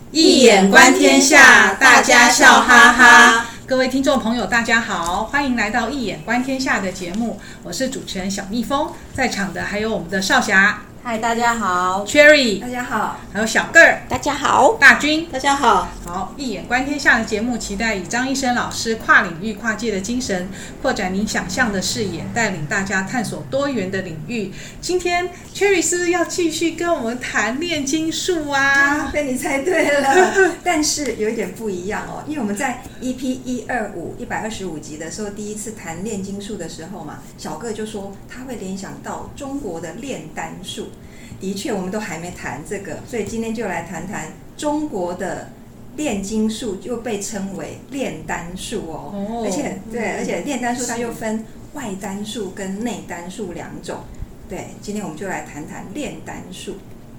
一眼观天下，大家笑哈哈。各位听众朋友大家好，欢迎来到一眼观天下的节目，我是主持人小蜜蜂，在场的还有我们的少侠， 嗨，大家好 Cherry， 大家好， 还有小个儿， 大家好， 大军， 大家好。 好，一眼观天下的节目期待以张医生老师跨领域跨界的精神，扩展您想象的视野，带领大家探索多元的领域。今天 Cherry 是不是要继续跟我们谈炼金术啊？ 被你猜对了，但是有一点不一样哦，因为我们在 EP 125集的时候，第一次谈炼金术的时候嘛，小个就说他会联想到中国的炼丹术。的确，我们都还没谈这个，所以今天就来谈谈中国的炼金术，又被称为炼丹术哦。而且炼丹术它又分外丹术跟内丹术两种。对，今天我们就来谈谈炼丹术。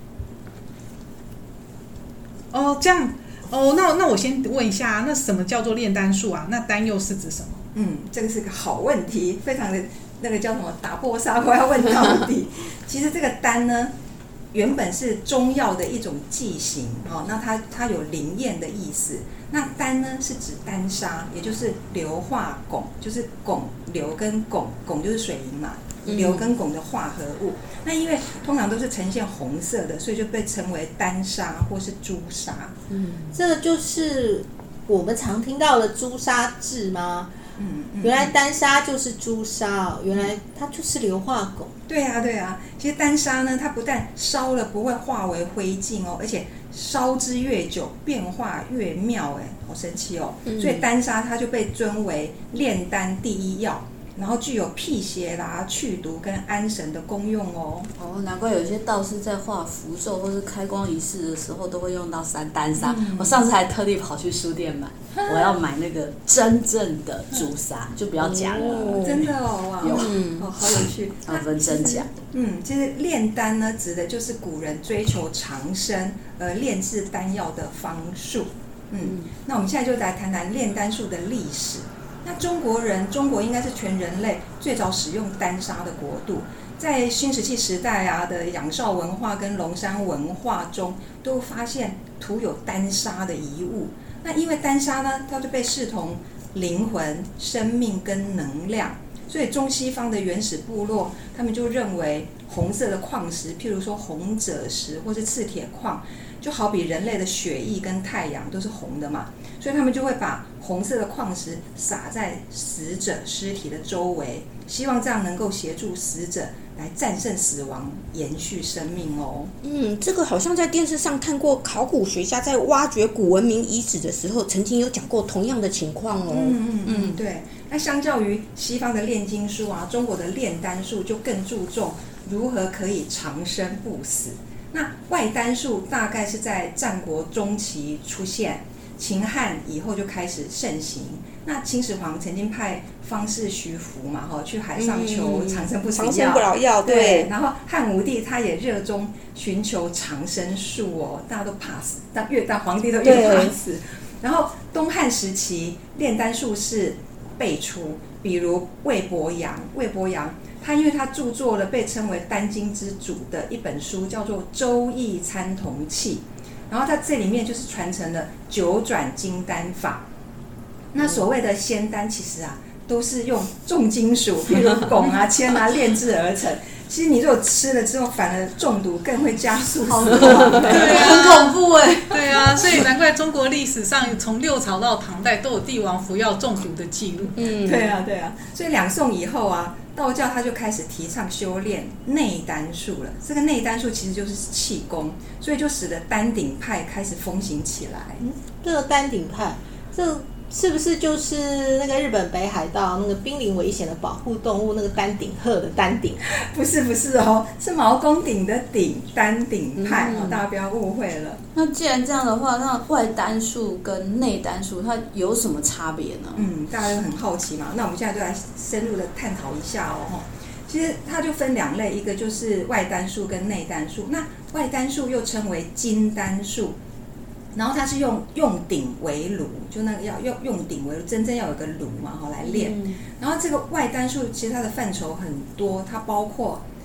哦，这样哦，那我先问一下，那什么叫做炼丹术啊？那丹又是指什么？ 这个是个好问题，非常的那个叫什么打破砂锅要问到底。其实这个丹呢，原本是中药的一种剂型哦，那它有灵验的意思。那丹呢是指丹砂，也就是硫化汞，就是汞硫跟汞就是水银嘛，硫跟汞的化合物。那因为通常都是呈现红色的，所以就被称为丹砂或是朱砂。 这个就是我们常听到的朱砂痣吗？原来丹砂就是朱砂，原来它就是硫化汞。 对啊，其实丹砂呢，它不但烧了不会化为灰烬哦，而且烧之越久，变化越妙，好神奇哦！所以丹砂它就被尊为炼丹第一药，然后具有辟邪啦、去毒跟安神的功用哦。 难怪有些道士在画符咒或是开光仪式的时候都会用到丹砂。我上次还特地跑去书店买，我要买那个真正的朱砂，就不要假的。 真的哦，哇，好有趣。 要分真假的。 其实炼丹呢，指的就是古人追求长生而炼制丹药的方术。那我们现在就来谈谈炼丹术的历史。那中国应该是全人类最早使用丹砂的国度，在新石器时代的仰韶文化跟龙山文化中，都发现涂有丹砂的遗物。那因为丹砂呢，它就被视同灵魂、生命跟能量，所以中西方的原始部落，他们就认为红色的矿石，譬如说红赭石或是赤铁矿，就好比人类的血液跟太阳都是红的嘛，所以他们就会把红色的矿石撒在死者尸体的周围，希望这样能够协助死者来战胜死亡，延续生命哦。 这个好像在电视上看过，考古学家在挖掘古文明遗址的时候，曾经有讲过同样的情况哦。 对。那相较于西方的炼金术中国的炼丹术就更注重如何可以长生不死。那外丹术大概是在战国中期出现，秦汉以后就开始盛行。那秦始皇曾经派方士徐福嘛，去海上求长生不死药， 长生不老药，对。 然后汉武帝他也热衷寻求长生术哦，大家都怕死，但皇帝都越怕死。然后东汉时期炼丹术士辈出，比如魏伯阳，他因为他著作了被称为丹经之祖的一本书，叫做《周易参同契》，然后他这里面就是传承了九转金丹法。那所谓的仙丹其实都是用重金属，譬如汞铅炼制而成。其实你如果吃了之后，反而中毒，更会加速死亡。 对很恐怖对啊，所以难怪中国历史上从六朝到唐代都有帝王服药中毒的记录。 对啊。所以两宋以后道教它就开始提倡修炼内丹术了。这个内丹术其实就是气功，所以就使得丹鼎派开始风行起来。 这个丹鼎派，这是不是就是那个日本北海道那个濒临危险的保护动物那个丹顶鹤的丹顶？ 不是哦，是毛公鼎的鼎，丹鼎派大家不要误会了。 那既然这样的话，那外丹术跟内丹术它有什么差别呢？ 大家都很好奇嘛，那我们现在就来深入的探讨一下哦。其实它就分两类，一个就是外丹术跟内丹术。那外丹术又称为金丹术，然后它是用鼎为炉，就那个要用鼎为炉，真正要有个炉嘛，来炼。然后这个外丹术其实它的范畴很多，它包括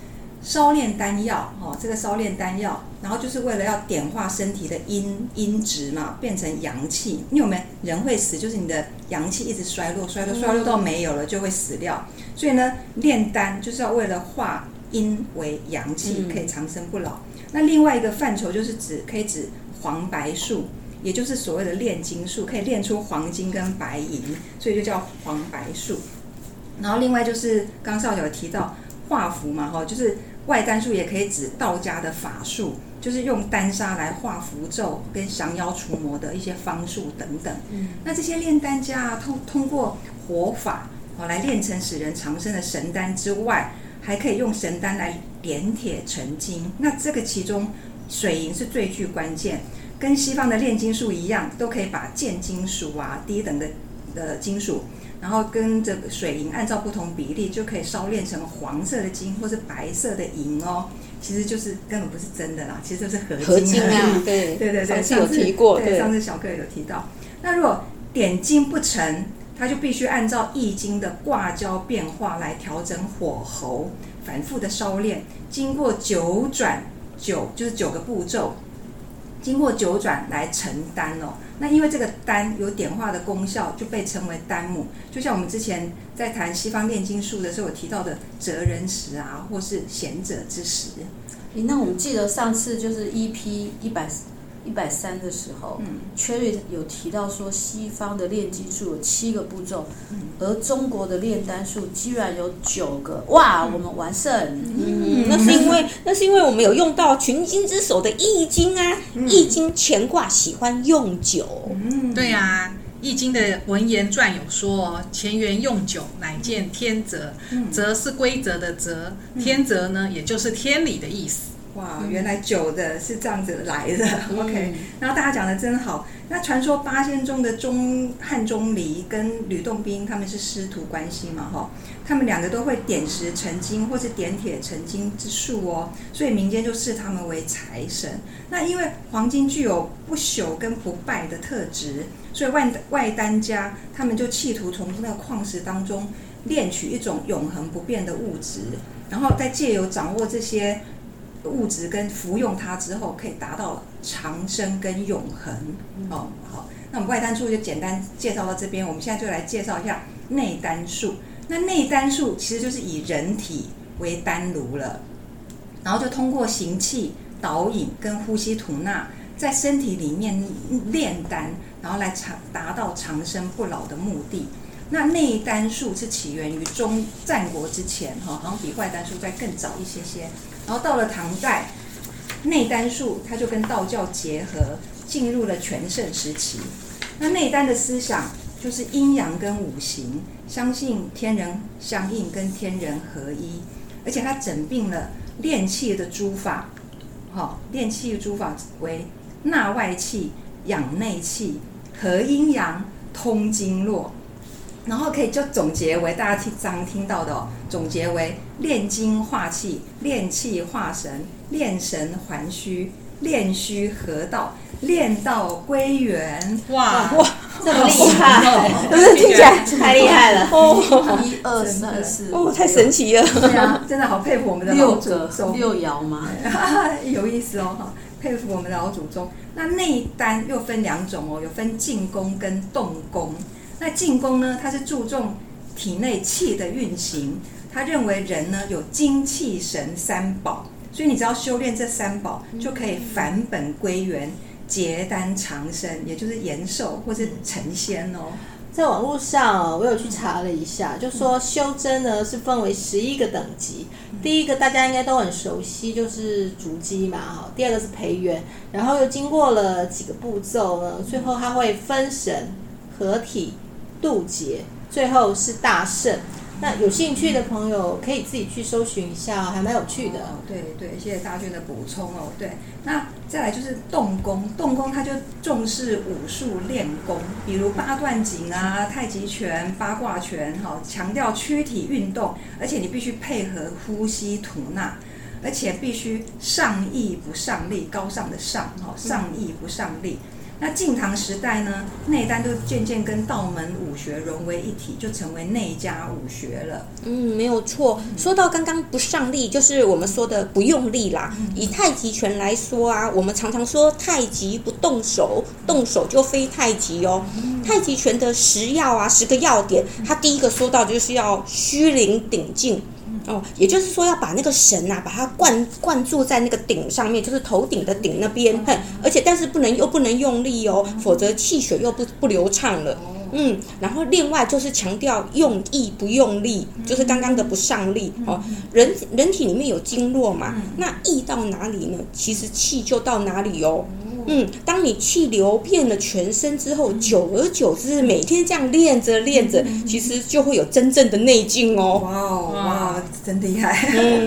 烧炼丹药，这个烧炼丹药，然后就是为了要点化身体的阴质嘛，变成阳气。因为我们人会死，就是你的阳气一直衰落到没有了，就会死掉。所以呢，炼丹就是要为了化阴为阳气，可以长生不老。那另外一个范畴就是可以指黄白术，也就是所谓的炼金术，可以炼出黄金跟白银，所以就叫黄白术。然后另外就是刚少小有提到画符嘛，就是外丹术也可以指道家的法术，就是用丹砂来画符咒跟降妖除魔的一些方术等等。那这些炼丹家通过活法来炼成使人长生的神丹之外，还可以用神丹来点铁成金。那这个其中水银是最具关键，跟西方的炼金术一样，都可以把贱金属低等的金属，然后跟这个水银按照不同比例，就可以烧炼成黄色的金或是白色的银哦。其实就是根本不是真的啦，其实就是合金啊。对，上次有提过， 对，上次小哥有提到。那如果点金不成，它就必须按照易经的卦交变化来调整火候，反复的烧炼，经过9转9，就是9个步骤，经过9转来成丹哦。那因为这个丹有点化的功效，就被称为丹母。就像我们之前在谈西方炼金术的时候有提到的哲人石啊，或是贤者之石。 那我们记得上次就是 EP 130的时候，Cherry 有提到说西方的炼金术有7个步骤，而中国的炼丹术居然有9个，哇，我们完胜。 那是因为我们有用到群经之首的易经啊，易经乾卦喜欢用酒。 对啊，易经的文言传有说，乾元用九，乃见天泽。泽是规则的泽，天泽呢，也就是天理的意思。 哇，原来酒的是这样子来的。OK， 然后大家讲的真好。那传说8仙中的汉钟离跟吕洞宾他们是师徒关系嘛，他们2个都会点石成金或是点铁成金之术哦，所以民间就视他们为财神。那因为黄金具有不朽跟不败的特质，所以外丹家他们就企图从那个矿石当中炼取一种永恒不变的物质，然后再借由掌握这些物质跟服用它之后，可以达到长生跟永恒。好，那我们外丹术就简单介绍到这边，我们现在就来介绍一下内丹术。那内丹术其实就是以人体为丹炉了，然后就通过行气、导引跟呼吸吐纳，在身体里面炼丹，然后来达到长生不老的目的。那内丹术是起源于战国之前，好像比外丹术再更早一些些。然后到了唐代，内丹术它就跟道教结合，进入了全盛时期。那内丹的思想就是阴阳跟五行，相信天人相应跟天人合一，而且它整并了炼气的诸法。炼气的诸法为纳外气、养内气、合阴阳、通经络。然后可以就总结为大家常听到的总结为炼精化气、炼气化神、炼神还虚、炼虚合道、炼道归元。 哇， 这么厉害，是不是听起来太厉害了 ？1、2、3、4， 太神奇了。 对啊，真的好佩服我们的老祖宗。 6爻吗？ 有意思哦，佩服我们的老祖宗。那内丹又分2种哦，有分静功跟动功。那静功呢，它是注重体内气的运行，他认为人呢有精气神3宝，所以你只要修炼这3宝，就可以返本归元，结丹长生，也就是延寿或是成仙哦。 在网络上我有去查了一下，就说修真呢是分为11个等级。第一个大家应该都很熟悉，就是筑基嘛，第2个是培元，然后又经过了几个步骤呢，最后它会分神、合体、渡劫，最后是大圣。那有兴趣的朋友可以自己去搜寻一下，还蛮有趣的。 对，谢谢大娟的补充哦。对，那再来就是动功，动功它就重视武术练功，比如八段锦啊、太极拳、八卦拳，强调躯体运动，而且你必须配合呼吸吐纳，而且必须上意不上力，高尚的上，上意不上力。 那晋唐时代呢，内丹就渐渐跟道门武学融为一体，就成为内家武学了。 没有错。说到刚刚不上力，就是我们说的不用力啦。以太极拳来说啊，我们常常说太极不动手，动手就非太极哦。太极拳的10个要点，它第一个说到就是要虚灵顶劲。也就是说要把那个绳把它灌注在那个顶上面，就是头顶的顶那边，而且但是不能用力哦，否则气血又不流畅了。然后另外就是强调用意不用力，就是刚刚的不上力哦。人体里面有经络嘛，那意到哪里呢？其实气就到哪里哦。当你气流遍了全身之后，久而久之，每天这样练着，其实就会有真正的内劲哦。 哇，真厉害！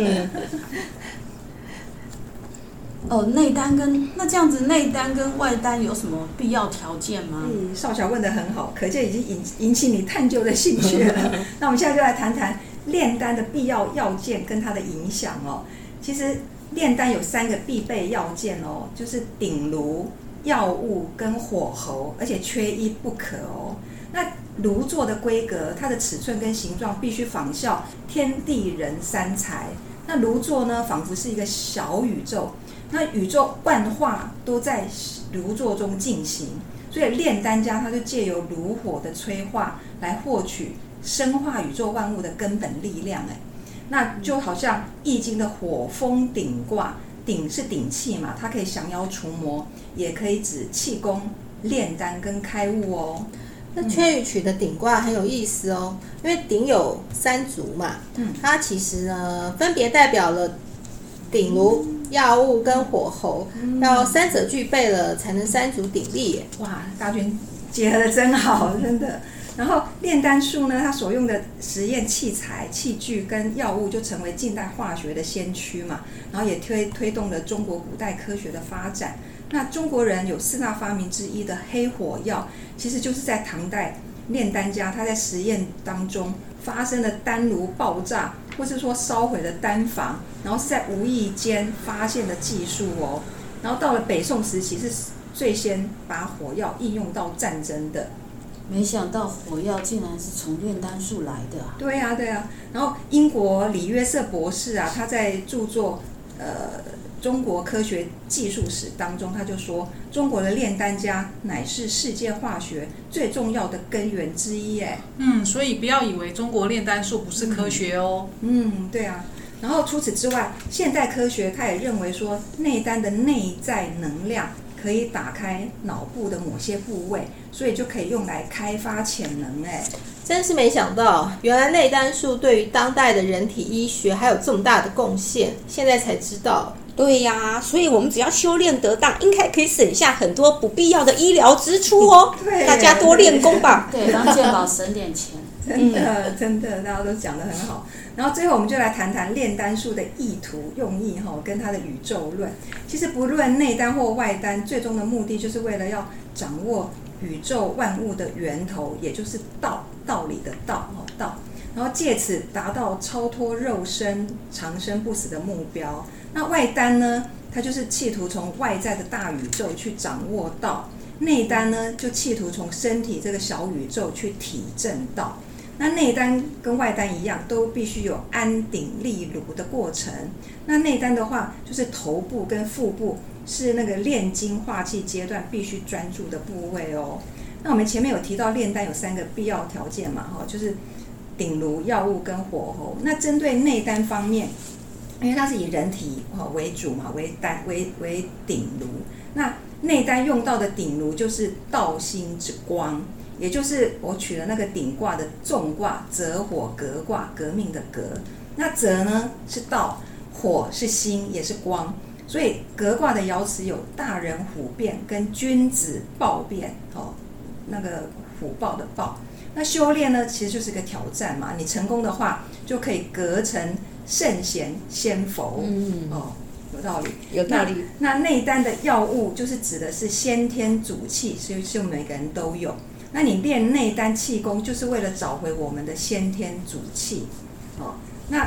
内丹那这样子，内丹跟外丹有什么必要条件吗？ 少小问得很好，可见已经引起你探究的兴趣了。那我们现在就来谈谈炼丹的必要要件跟它的影响哦。其实炼丹有3个必备要件哦，就是鼎炉、药物跟火候，而且缺一不可哦。那炉座的规格，它的尺寸跟形状必须仿效天地人三才。那炉座呢，仿佛是一个小宇宙，那宇宙万化都在炉座中进行，所以炼丹家他就借由炉火的催化来获取生化宇宙万物的根本力量。那就好像易经的火风鼎卦，鼎是鼎气嘛，它可以降妖除魔，也可以指气功、炼丹跟开悟哦。 那缺羽取的鼎卦很有意思哦，因为鼎有3足嘛，它其实呢分别代表了鼎炉、药物跟火候，要3者具备了才能3足鼎立耶。 哇，大军结合的真好，真的。然后炼丹术呢，它所用的实验器材、器具跟药物就成为近代化学的先驱嘛，然后也推动了中国古代科学的发展。那中国人有4大发明之一的黑火药，其实就是在唐代炼丹家他在实验当中发生的丹炉爆炸，或是说烧毁了丹房，然后是在无意间发现的技术哦。然后到了北宋时期，是最先把火药应用到战争的。 没想到火药竟然是从炼丹术来的啊！ 对啊。然后英国李约瑟博士啊，他在著作中国科学技术史当中，他就说中国的炼丹家乃是世界化学最重要的根源之一。 所以不要以为中国炼丹术不是科学哦。 对啊。然后除此之外，现代科学他也认为说内丹的内在能量可以打开脑部的某些部位，所以就可以用来开发潜能。 真是没想到，原来内丹术对于当代的人体医学还有这么大的贡献，现在才知道。 对呀，所以我们只要修炼得当，应该可以省下很多不必要的医疗支出哦。大家多练功吧。 对，帮健保省点钱。 真的，大家都讲得很好。然后最后我们就来谈谈炼丹术的意图、用意跟它的宇宙论。其实不论内丹或外丹，最终的目的就是为了要掌握宇宙万物的源头，也就是道理的道，然后借此达到超脱肉身、长生不死的目标。那外丹呢，它就是企图从外在的大宇宙去掌握道；内丹呢，就企图从身体这个小宇宙去体证道。那内丹跟外丹一样，都必须有安鼎立炉的过程。那内丹的话，就是头部跟腹部是那个炼精化气阶段必须专注的部位哦。那我们前面有提到炼丹有3个必要条件嘛，就是鼎炉、药物跟火候。那针对内丹方面，因为它是以人体为主嘛，为鼎炉。那内丹用到的鼎炉就是道心之光，也就是我取了那个鼎卦的纵卦，泽火革卦，革命的革。那泽呢是道，火是心，也是光。所以革卦的爻辞有大人虎变跟君子豹变，那个虎豹的豹。那修炼呢，其实就是个挑战嘛。你成功的话，就可以革成圣贤仙佛。有道理， 有道理。 那内丹的药物就是指的是先天祖气，所以是每个人都有。那你练内丹气功，就是为了找回我们的先天祖气。那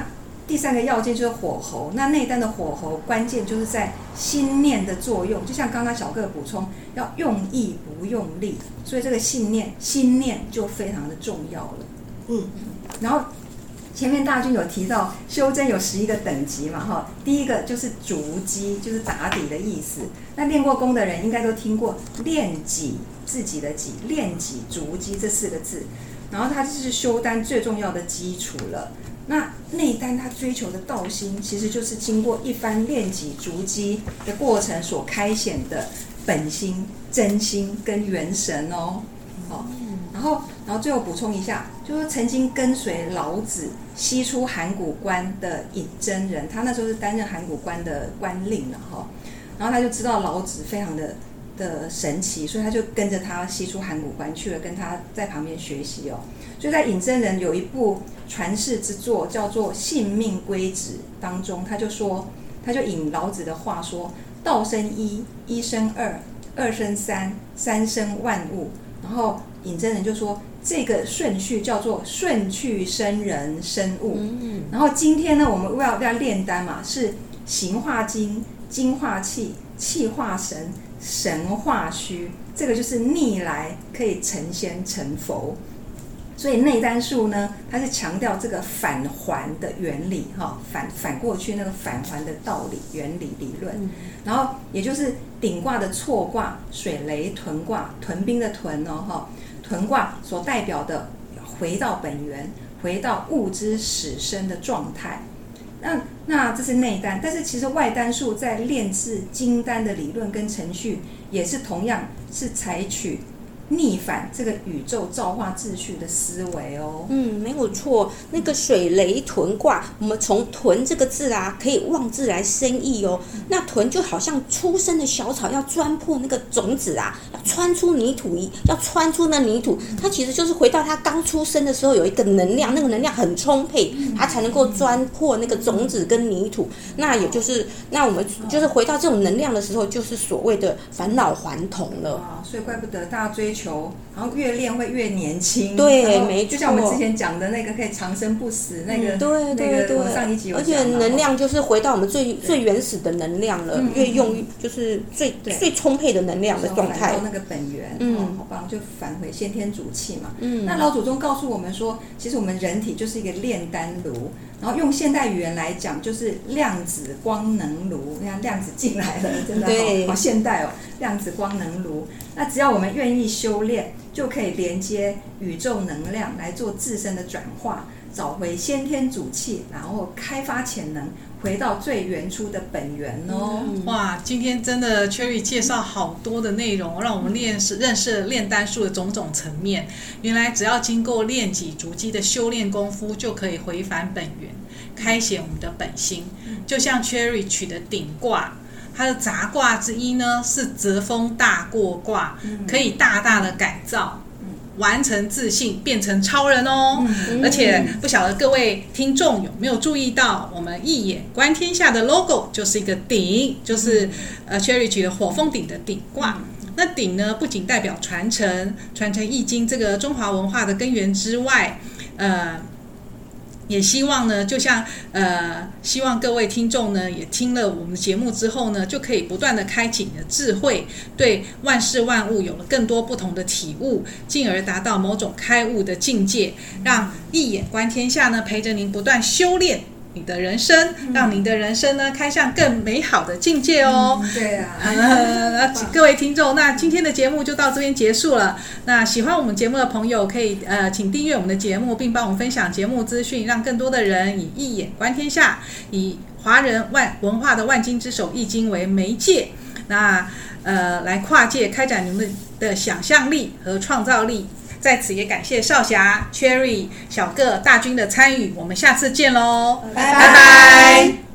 第三个要件就是火候。那内丹的火候关键就是在心念的作用，就像刚刚小个补充，要用意不用力，所以这个心念就非常的重要了。然后前面大军有提到修真有11个等级嘛，哈，第一个就是筑基，就是打底的意思。那练过功的人应该都听过练己，自己的己，练己筑基这4个字，然后它就是修丹最重要的基础了。那内丹它追求的道心，其实就是经过一番练己筑基的过程所开显的本心、真心跟元神哦。然后最后补充一下，就是曾经跟随老子西出函谷关的尹真人，他那时候是担任函谷关的官令了哈。然后他就知道老子非常的神奇，所以他就跟着他西出函谷关去了，跟他在旁边学习哦。所以在尹真人有一部传世之作叫做《性命归旨》当中，他就引老子的话说：道生一，一生二，二生三，三生万物。然后尹真人就说这个顺序叫做顺去生人生物。然后今天呢，我们要炼丹嘛，是形化精，精化气，气化神，神化虚，这个就是逆来可以成仙成佛。所以内丹术呢，它是强调这个返还的原理哈，反过去那个返还的道理、原理、理论。然后也就是顶卦的错卦水雷屯卦，屯兵的屯哦哈，屯卦所代表的回到本源，回到物之始生的状态。那这是内丹，但是其实外丹术在炼制金丹的理论跟程序，也是同样是采取逆反这个宇宙造化秩序的思维哦。 没有错。那个水雷屯卦，我们从屯这个字啊，可以望字来生意哦。那屯就好像出生的小草要钻破那个种子啊，要穿出泥土要穿出那泥土，它其实就是回到它刚出生的时候有一个能量，那个能量很充沛，它才能够钻破那个种子跟泥土。那也就是那我们就是回到这种能量的时候，就是所谓的返老还童了。 所以怪不得大家追求，然后越练会越年轻。 对，没错。 就像我们之前讲的那个可以长生不死那个， 对， 我上一集有讲。 而且能量就是回到我们最原始的能量了，越用就是最充沛的能量的状态。 返到那个本源，好棒，就返回先天主气嘛。那老祖宗告诉我们说，其实我们人体就是一个炼丹炉，然后用现代语言来讲，就是量子光能炉。你看量子进来了，真的好现代哦，量子光能炉。那只要我们愿意修炼，就可以连接宇宙能量来做自身的转化，找回先天主气，然后开发潜能，回到最原初的本源哦。 哇，今天真的 Cherry 介绍好多的内容，让我们认识炼丹术的种种层面。原来只要经过练己筑基的修炼功夫，就可以回返本源，开显我们的本心。就像 Cherry 取的顶卦，它的杂卦之一呢是泽风大过卦，可以大大的改造，完成自信，变成超人哦。而且不晓得各位听众有没有注意到，我们一眼观天下的 logo 就是一个鼎，就是Cherry 取的火风鼎的鼎卦。那鼎呢，不仅代表传承易经这个中华文化的根源之外，也希望呢，就像希望各位听众呢，也听了我们的节目之后呢，就可以不断的开启你的智慧，对万事万物有了更多不同的体悟，进而达到某种开悟的境界，让一眼观天下呢，陪着您不断修炼你的人生，让您的人生呢开向更美好的境界哦。 对啊， 各位听众，那今天的节目就到这边结束了。那喜欢我们节目的朋友，可以请订阅我们的节目，并帮我们分享节目资讯，让更多的人以一眼观天下，以华人文化的万经之首易经为媒介，那来跨界开展你们的想象力和创造力。在此也感谢少侠、Cherry、小个、大军的参与，我们下次见喽， 拜拜拜。